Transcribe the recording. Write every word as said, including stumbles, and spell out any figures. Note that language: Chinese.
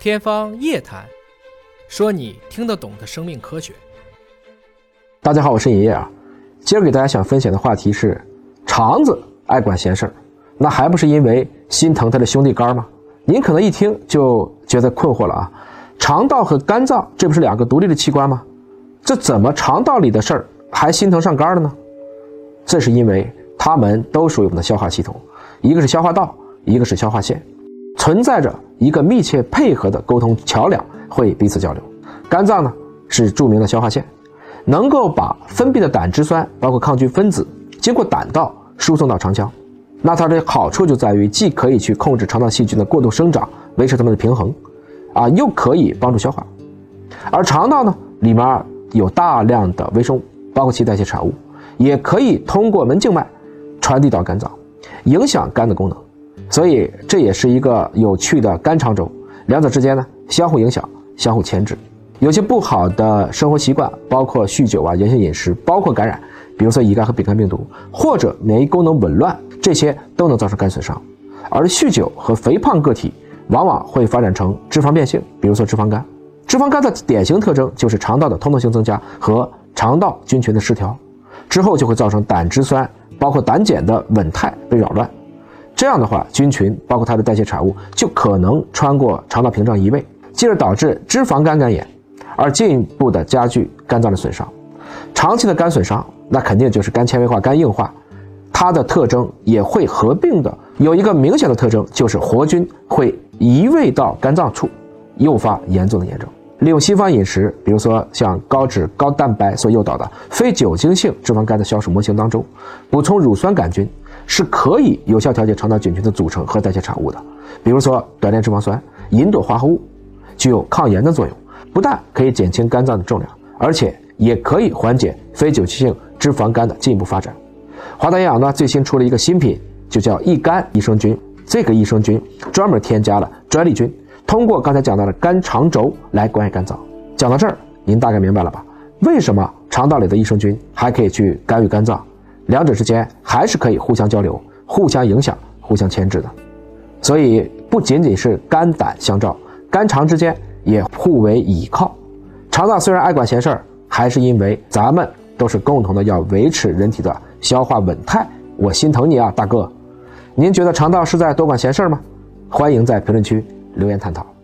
天方夜谭，说你听得懂的生命科学。 大家好，我是尹烨啊。今儿给大家想分享的话题是肠子爱管闲事儿，那还不是因为心疼他的兄弟肝吗？您可能一听就觉得困惑了啊，肠道和肝脏这不是两个独立的器官吗？这怎么肠道里的事儿还心疼上肝了呢？这是因为它们都属于我们的消化系统，一个是消化道，一个是消化腺，存在着一个密切配合的沟通桥梁，会彼此交流。肝脏呢是著名的消化腺，能够把分泌的胆汁酸包括抗菌分子经过胆道输送到肠腔。那它的好处就在于既可以去控制肠道细菌的过度生长，维持它们的平衡啊，又可以帮助消化。而肠道呢里面有大量的微生物，包括其代谢产物，也可以通过门静脉传递到肝脏，影响肝的功能。所以这也是一个有趣的肝肠轴，两者之间呢相互影响，相互牵制。有些不好的生活习惯，包括酗酒啊、炎性饮食，包括感染，比如说乙肝和丙肝病毒，或者免疫功能紊乱，这些都能造成肝损伤。而酗酒和肥胖个体往往会发展成脂肪变性，比如说脂肪肝。脂肪肝的典型特征就是肠道的通透性增加和肠道菌群的失调，之后就会造成胆汁酸包括胆碱的稳态被扰乱。这样的话，菌群包括它的代谢产物就可能穿过肠道屏障移位，进而导致脂肪肝肝炎，而进一步的加剧肝脏的损伤。长期的肝损伤，那肯定就是肝纤维化、肝硬化，它的特征也会合并的有一个明显的特征，就是活菌会移位到肝脏处，诱发严重的炎症。利用西方饮食，比如说像高脂高蛋白所诱导的非酒精性脂肪肝的消除模型当中，补充乳酸杆菌是可以有效调节肠道菌群的组成和代谢产物的。比如说短链脂肪酸、吲哚化合物具有抗炎的作用，不但可以减轻肝脏的重量，而且也可以缓解非酒精性脂肪肝的进一步发展。华大营养呢最新出了一个新品，就叫益肝益生菌。这个益生菌专门添加了专利菌，通过刚才讲到的肝肠轴来关爱肝脏。讲到这儿，您大概明白了吧？为什么肠道里的益生菌还可以去干预肝脏？两者之间还是可以互相交流、互相影响、互相牵制的。所以不仅仅是肝胆相照，肝肠之间也互为倚靠。肠道虽然爱管闲事儿，还是因为咱们都是共同的要维持人体的消化稳态。我心疼你啊，大哥！您觉得肠道是在多管闲事儿吗？欢迎在评论区留言探讨。